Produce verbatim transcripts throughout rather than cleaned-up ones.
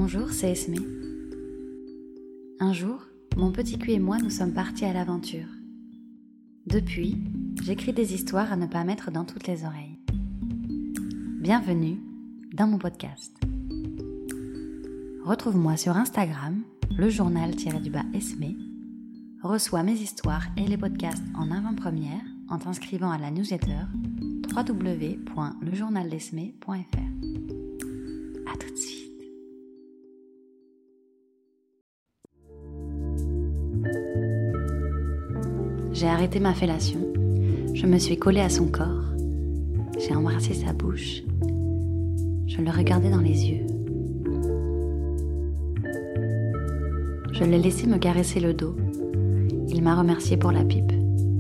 Bonjour, c'est Esmé. Un jour, mon petit cul et moi nous sommes partis à l'aventure. Depuis, j'écris des histoires à ne pas mettre dans toutes les oreilles. Bienvenue dans mon podcast. Retrouve-moi sur Instagram, le journal-du-bas Esmé. Reçois mes histoires et les podcasts en avant-première en t'inscrivant à la newsletter w w w point le journal d'esmé point f r. À tout de suite. J'ai arrêté ma fellation, je me suis collée à son corps, j'ai embrassé sa bouche, je le regardais dans les yeux. Je l'ai laissé me caresser le dos, il m'a remercié pour la pipe.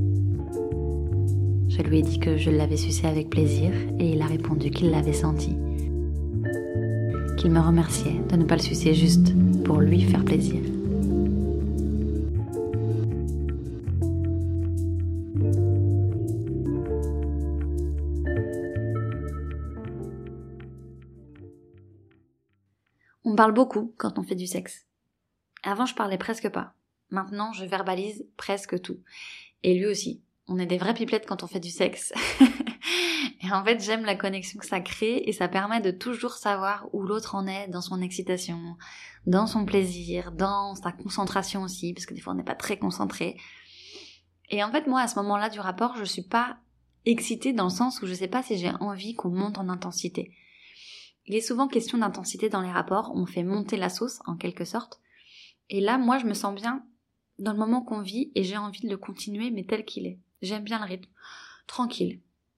Je lui ai dit que je l'avais sucé avec plaisir et il a répondu qu'il l'avait senti. Qu'il me remerciait de ne pas le sucer juste pour lui faire plaisir. On parle beaucoup quand on fait du sexe. Avant, je parlais presque pas. Maintenant, je verbalise presque tout. Et lui aussi. On est des vraies pipelettes quand on fait du sexe. Et en fait, j'aime la connexion que ça crée et ça permet de toujours savoir où l'autre en est dans son excitation, dans son plaisir, dans sa concentration aussi, parce que des fois, on n'est pas très concentré. Et en fait, moi, à ce moment-là du rapport, je suis pas excitée dans le sens où je sais pas si j'ai envie qu'on monte en intensité. Il est souvent question d'intensité dans les rapports, on fait monter la sauce en quelque sorte. Et là, moi, je me sens bien dans le moment qu'on vit et j'ai envie de le continuer, mais tel qu'il est. J'aime bien le rythme, tranquille.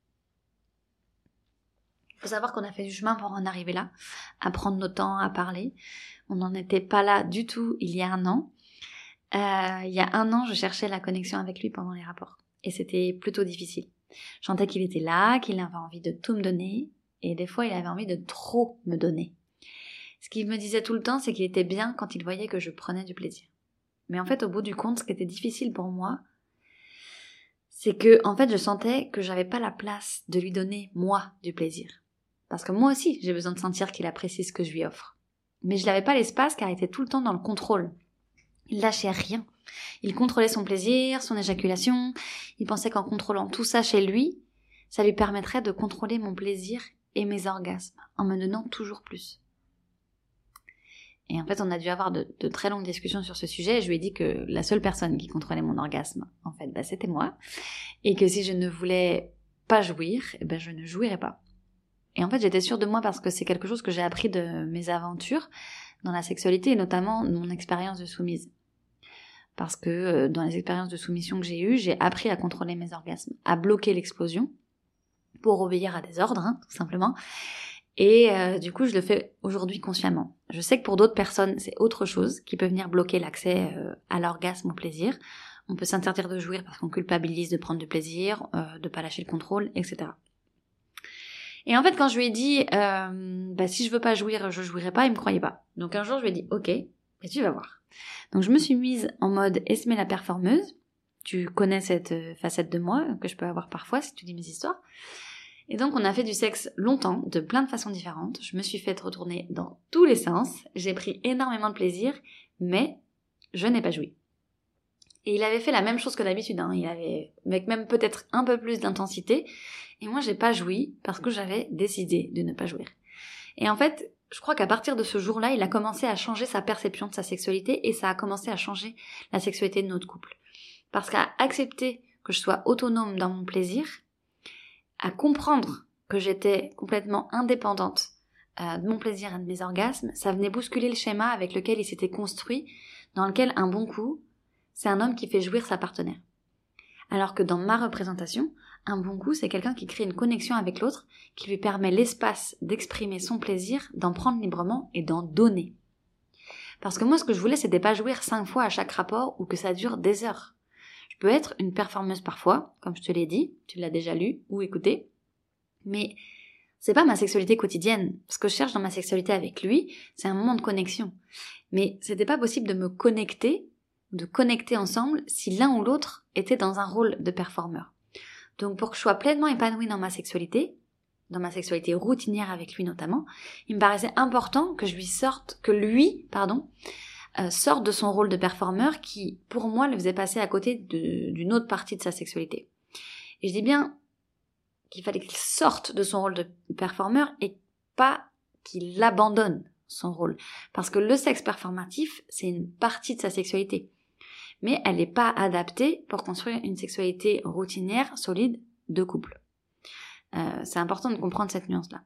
Il faut savoir qu'on a fait du chemin pour en arriver là, à prendre notre temps, à parler. On n'en était pas là du tout il y a un an. Euh, il y a un an, je cherchais la connexion avec lui pendant les rapports. Et c'était plutôt difficile. Je sentais qu'il était là, qu'il avait envie de tout me donner. Et des fois, il avait envie de trop me donner. Ce qu'il me disait tout le temps, c'est qu'il était bien quand il voyait que je prenais du plaisir. Mais en fait, au bout du compte, ce qui était difficile pour moi, c'est que, en fait, je sentais que j'avais pas la place de lui donner, moi, du plaisir. Parce que moi aussi, j'ai besoin de sentir qu'il apprécie ce que je lui offre. Mais je n'avais pas l'espace car il était tout le temps dans le contrôle. Il lâchait rien. Il contrôlait son plaisir, son éjaculation. Il pensait qu'en contrôlant tout ça chez lui, ça lui permettrait de contrôler mon plaisir et mes orgasmes, en me donnant toujours plus. Et en fait, on a dû avoir de, de très longues discussions sur ce sujet, et je lui ai dit que la seule personne qui contrôlait mon orgasme, en fait, bah, c'était moi, et que si je ne voulais pas jouir, eh ben, je ne jouirais pas. Et en fait, j'étais sûre de moi parce que c'est quelque chose que j'ai appris de mes aventures dans la sexualité, et notamment de mon expérience de soumise. Parce que euh, dans les expériences de soumission que j'ai eues, j'ai appris à contrôler mes orgasmes, à bloquer l'explosion, pour obéir à des ordres, hein, tout simplement. Et euh, du coup, je le fais aujourd'hui consciemment. Je sais que pour d'autres personnes, c'est autre chose qui peut venir bloquer l'accès euh, à l'orgasme, au plaisir. On peut s'interdire de jouir parce qu'on culpabilise de prendre du plaisir, euh, de pas lâcher le contrôle, et cetera. Et en fait, quand je lui ai dit, euh, bah, si je veux pas jouir, je jouirai pas, il me croyait pas. Donc un jour, je lui ai dit, ok, et tu vas voir. Donc je me suis mise en mode Esmé la performeuse. Tu connais cette facette de moi que je peux avoir parfois si tu dis mes histoires. Et donc on a fait du sexe longtemps, de plein de façons différentes. Je me suis faite retourner dans tous les sens. J'ai pris énormément de plaisir, mais je n'ai pas joui. Et il avait fait la même chose que d'habitude, hein. Il avait, avec même peut-être un peu plus d'intensité. Et moi j'ai pas joui parce que j'avais décidé de ne pas jouir. Et en fait, je crois qu'à partir de ce jour-là, il a commencé à changer sa perception de sa sexualité et ça a commencé à changer la sexualité de notre couple. Parce qu'à accepter que je sois autonome dans mon plaisir, à comprendre que j'étais complètement indépendante euh, de mon plaisir et de mes orgasmes, ça venait bousculer le schéma avec lequel il s'était construit, dans lequel un bon coup, c'est un homme qui fait jouir sa partenaire. Alors que dans ma représentation, un bon coup, c'est quelqu'un qui crée une connexion avec l'autre, qui lui permet l'espace d'exprimer son plaisir, d'en prendre librement et d'en donner. Parce que moi, ce que je voulais, c'était pas jouir cinq fois à chaque rapport ou que ça dure des heures. Je peux être une performeuse parfois, comme je te l'ai dit, tu l'as déjà lu ou écouté, mais c'est pas ma sexualité quotidienne. Ce que je cherche dans ma sexualité avec lui, c'est un moment de connexion. Mais c'était pas possible de me connecter, de connecter ensemble, si l'un ou l'autre était dans un rôle de performeur. Donc pour que je sois pleinement épanouie dans ma sexualité, dans ma sexualité routinière avec lui notamment, il me paraissait important que je lui sorte, que lui, pardon, euh, sorte de son rôle de performeur qui, pour moi, le faisait passer à côté de, d'une autre partie de sa sexualité. Et je dis bien qu'il fallait qu'il sorte de son rôle de performeur et pas qu'il abandonne son rôle. Parce que le sexe performatif, c'est une partie de sa sexualité. Mais elle n'est pas adaptée pour construire une sexualité routinière, solide, de couple. Euh, c'est important de comprendre cette nuance-là.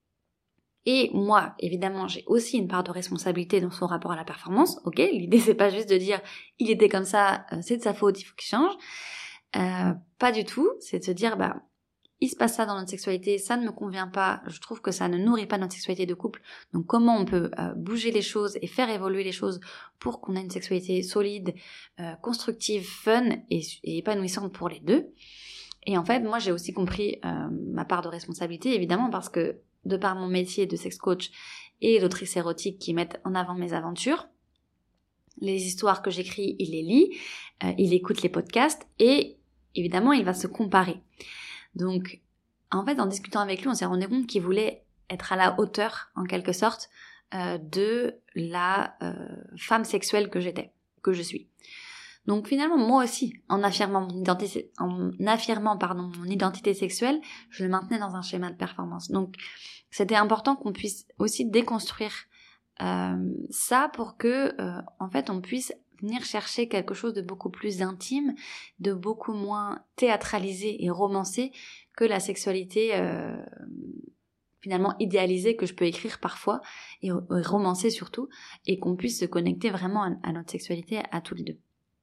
Et moi, évidemment, j'ai aussi une part de responsabilité dans son rapport à la performance. Ok, l'idée c'est pas juste de dire il était comme ça, euh, c'est de sa faute, il faut qu'il change. Euh, pas du tout. C'est de se dire bah il se passe ça dans notre sexualité, ça ne me convient pas, je trouve que ça ne nourrit pas notre sexualité de couple. Donc comment on peut euh, bouger les choses et faire évoluer les choses pour qu'on ait une sexualité solide, euh, constructive, fun et, et épanouissante pour les deux. Et en fait, moi j'ai aussi compris euh, ma part de responsabilité, évidemment, parce que de par mon métier de sex coach et d'autrice érotique qui mettent en avant mes aventures, les histoires que j'écris, il les lit, euh, il écoute les podcasts et évidemment il va se comparer. Donc, en fait, en discutant avec lui, on s'est rendu compte qu'il voulait être à la hauteur, en quelque sorte, euh, de la euh, femme sexuelle que j'étais, que je suis. Donc, finalement, moi aussi, en affirmant mon identité, en affirmant, pardon, mon identité sexuelle, je le maintenais dans un schéma de performance. Donc, c'était important qu'on puisse aussi déconstruire euh, ça pour que, euh, en fait, on puisse venir chercher quelque chose de beaucoup plus intime, de beaucoup moins théâtralisé et romancé que la sexualité euh, finalement idéalisée que je peux écrire parfois, et, et romancée surtout, et qu'on puisse se connecter vraiment à, à notre sexualité à tous les deux.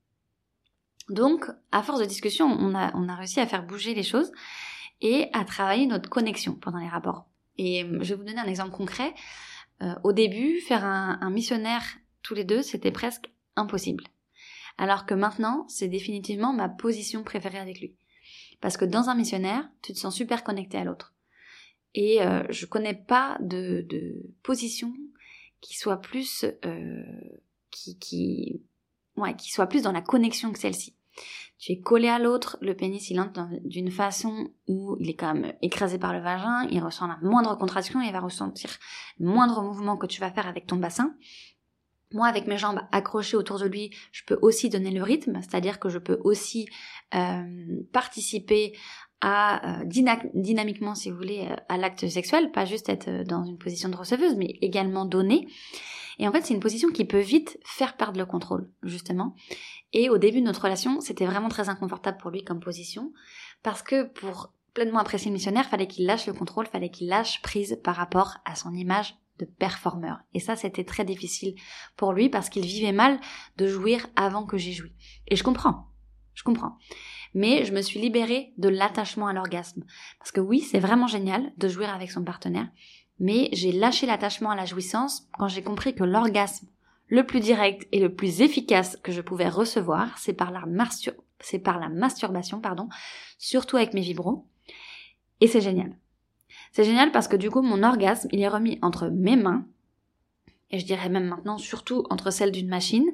Donc, à force de discussion, on a, on a réussi à faire bouger les choses et à travailler notre connexion pendant les rapports. Et je vais vous donner un exemple concret. Euh, au début, faire un, un missionnaire tous les deux, c'était presque impossible. Alors que maintenant, c'est définitivement ma position préférée avec lui. Parce que dans un missionnaire, tu te sens super connecté à l'autre. Et euh, je connais pas de, de position qui soit plus, euh, qui, qui, ouais, qui soit plus dans la connexion que celle-ci. Tu es collé à l'autre, le pénis il entre d'une façon où il est quand même écrasé par le vagin, il ressent la moindre contraction, il va ressentir le moindre mouvement que tu vas faire avec ton bassin. Moi, avec mes jambes accrochées autour de lui, je peux aussi donner le rythme, c'est-à-dire que je peux aussi euh, participer à euh, dyna- dynamiquement, si vous voulez, à l'acte sexuel, pas juste être dans une position de receveuse, mais également donner. Et en fait, c'est une position qui peut vite faire perdre le contrôle, justement. Et au début de notre relation, c'était vraiment très inconfortable pour lui comme position, parce que pour pleinement apprécier le missionnaire, fallait qu'il lâche le contrôle, fallait qu'il lâche prise par rapport à son image de performeur. Et ça, c'était très difficile pour lui parce qu'il vivait mal de jouir avant que j'ai joui. Et je comprends, je comprends. Mais je me suis libérée de l'attachement à l'orgasme. Parce que oui, c'est vraiment génial de jouir avec son partenaire, mais j'ai lâché l'attachement à la jouissance quand j'ai compris que l'orgasme le plus direct et le plus efficace que je pouvais recevoir, c'est par la, mastur- c'est par la masturbation, pardon, surtout avec mes vibros. Et c'est génial. C'est génial parce que du coup, mon orgasme, il est remis entre mes mains, et je dirais même maintenant surtout entre celles d'une machine,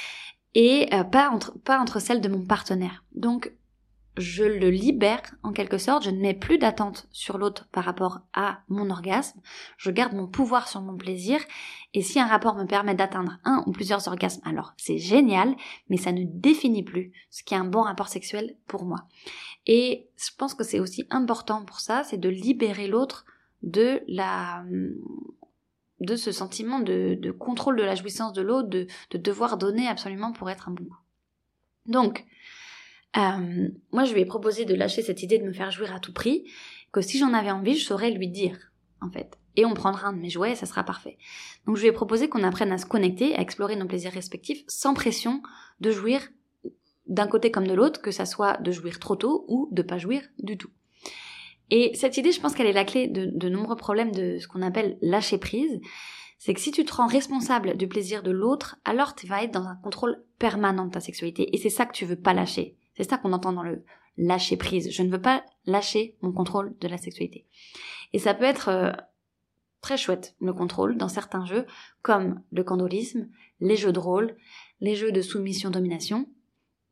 et euh, pas, entre, pas entre celles de mon partenaire. Donc, je le libère en quelque sorte, je ne mets plus d'attente sur l'autre par rapport à mon orgasme, je garde mon pouvoir sur mon plaisir, et si un rapport me permet d'atteindre un ou plusieurs orgasmes, alors c'est génial, mais ça ne définit plus ce qui est un bon rapport sexuel pour moi. Et je pense que c'est aussi important pour ça, c'est de libérer l'autre de la... de ce sentiment de, de contrôle de la jouissance de l'autre, de, de devoir donner absolument pour être un bon coup. Donc, euh, moi je lui ai proposé de lâcher cette idée de me faire jouir à tout prix, que si j'en avais envie, je saurais lui dire, en fait. Et on prendra un de mes jouets et ça sera parfait. Donc je lui ai proposé qu'on apprenne à se connecter, à explorer nos plaisirs respectifs, sans pression de jouir d'un côté comme de l'autre, que ça soit de jouir trop tôt ou de pas jouir du tout. Et cette idée, je pense qu'elle est la clé de, de nombreux problèmes de ce qu'on appelle lâcher prise. C'est que si tu te rends responsable du plaisir de l'autre, alors tu vas être dans un contrôle permanent de ta sexualité. Et c'est ça que tu veux pas lâcher. C'est ça qu'on entend dans le lâcher prise. Je ne veux pas lâcher mon contrôle de la sexualité. Et ça peut être euh, très chouette, le contrôle, dans certains jeux, comme le candolisme, les jeux de rôle, les jeux de soumission-domination.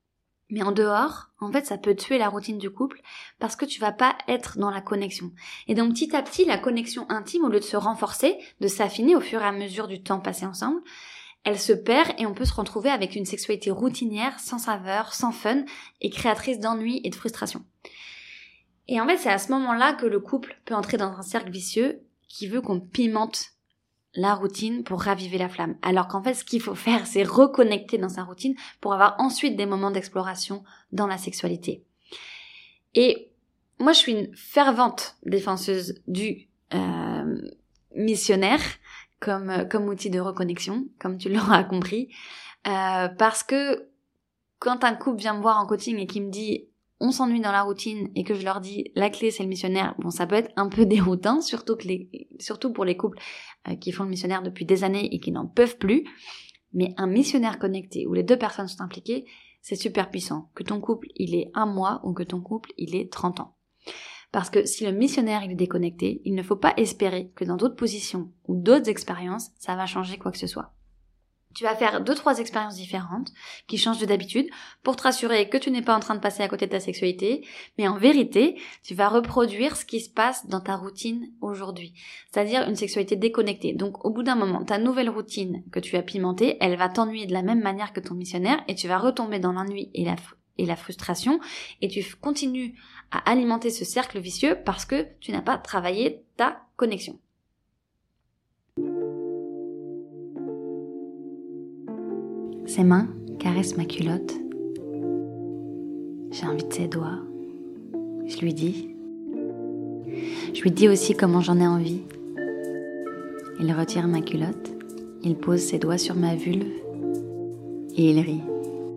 Mais en dehors, en fait, ça peut tuer la routine du couple parce que tu vas pas être dans la connexion. Et donc, petit à petit, la connexion intime, au lieu de se renforcer, de s'affiner au fur et à mesure du temps passé ensemble, elle se perd et on peut se retrouver avec une sexualité routinière, sans saveur, sans fun et créatrice d'ennui et de frustration. Et en fait, c'est à ce moment-là que le couple peut entrer dans un cercle vicieux qui veut qu'on pimente la routine pour raviver la flamme. Alors qu'en fait, ce qu'il faut faire, c'est reconnecter dans sa routine pour avoir ensuite des moments d'exploration dans la sexualité. Et moi, je suis une fervente défenseuse du euh, missionnaire comme, comme outil de reconnexion, comme tu l'auras compris, euh, parce que quand un couple vient me voir en coaching et qui me dit on s'ennuie dans la routine et que je leur dis la clé c'est le missionnaire, bon ça peut être un peu déroutant, surtout que les, surtout pour les couples euh, qui font le missionnaire depuis des années et qui n'en peuvent plus. Mais un missionnaire connecté où les deux personnes sont impliquées, c'est super puissant. Que ton couple il est un mois ou que ton couple il est trente ans. Parce que si le missionnaire il est déconnecté, il ne faut pas espérer que dans d'autres positions ou d'autres expériences, ça va changer quoi que ce soit. Tu vas faire deux, trois expériences différentes qui changent de d'habitude pour te rassurer que tu n'es pas en train de passer à côté de ta sexualité, mais en vérité, tu vas reproduire ce qui se passe dans ta routine aujourd'hui, c'est-à-dire une sexualité déconnectée. Donc au bout d'un moment, ta nouvelle routine que tu as pimentée, elle va t'ennuyer de la même manière que ton missionnaire et tu vas retomber dans l'ennui et la, et la frustration et tu continues à alimenter ce cercle vicieux parce que tu n'as pas travaillé ta connexion. Ses mains caressent ma culotte. J'ai envie de ses doigts. Je lui dis. Je lui dis aussi comment j'en ai envie. Il retire ma culotte. Il pose ses doigts sur ma vulve. Et il rit.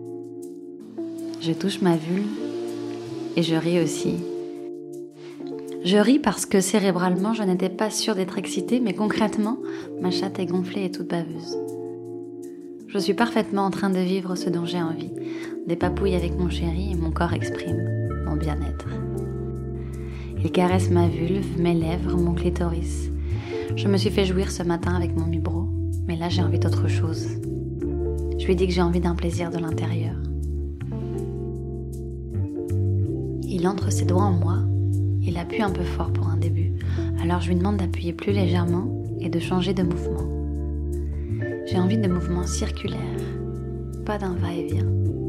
Je touche ma vulve. Et je ris aussi. Je ris parce que cérébralement, je n'étais pas sûre d'être excitée, mais concrètement, ma chatte est gonflée et toute baveuse. Je suis parfaitement en train de vivre ce dont j'ai envie, des papouilles avec mon chéri et mon corps exprime mon bien-être. Il caresse ma vulve, mes lèvres, mon clitoris. Je me suis fait jouir ce matin avec mon vibro, mais là j'ai envie d'autre chose. Je lui dis que j'ai envie d'un plaisir de l'intérieur. Il entre ses doigts en moi, il appuie un peu fort pour un début, alors je lui demande d'appuyer plus légèrement et de changer de mouvement. J'ai envie de mouvements circulaires, pas d'un va-et-vient.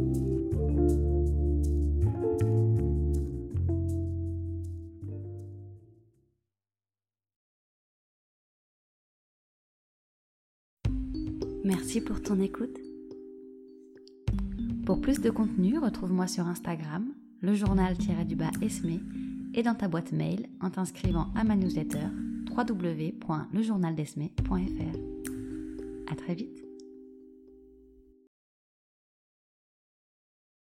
Merci pour ton écoute. Pour plus de contenu, retrouve-moi sur Instagram, le journal-du-bas Esmé, et dans ta boîte mail en t'inscrivant à ma newsletter w w w point le journal d'esmé point f r. À très vite.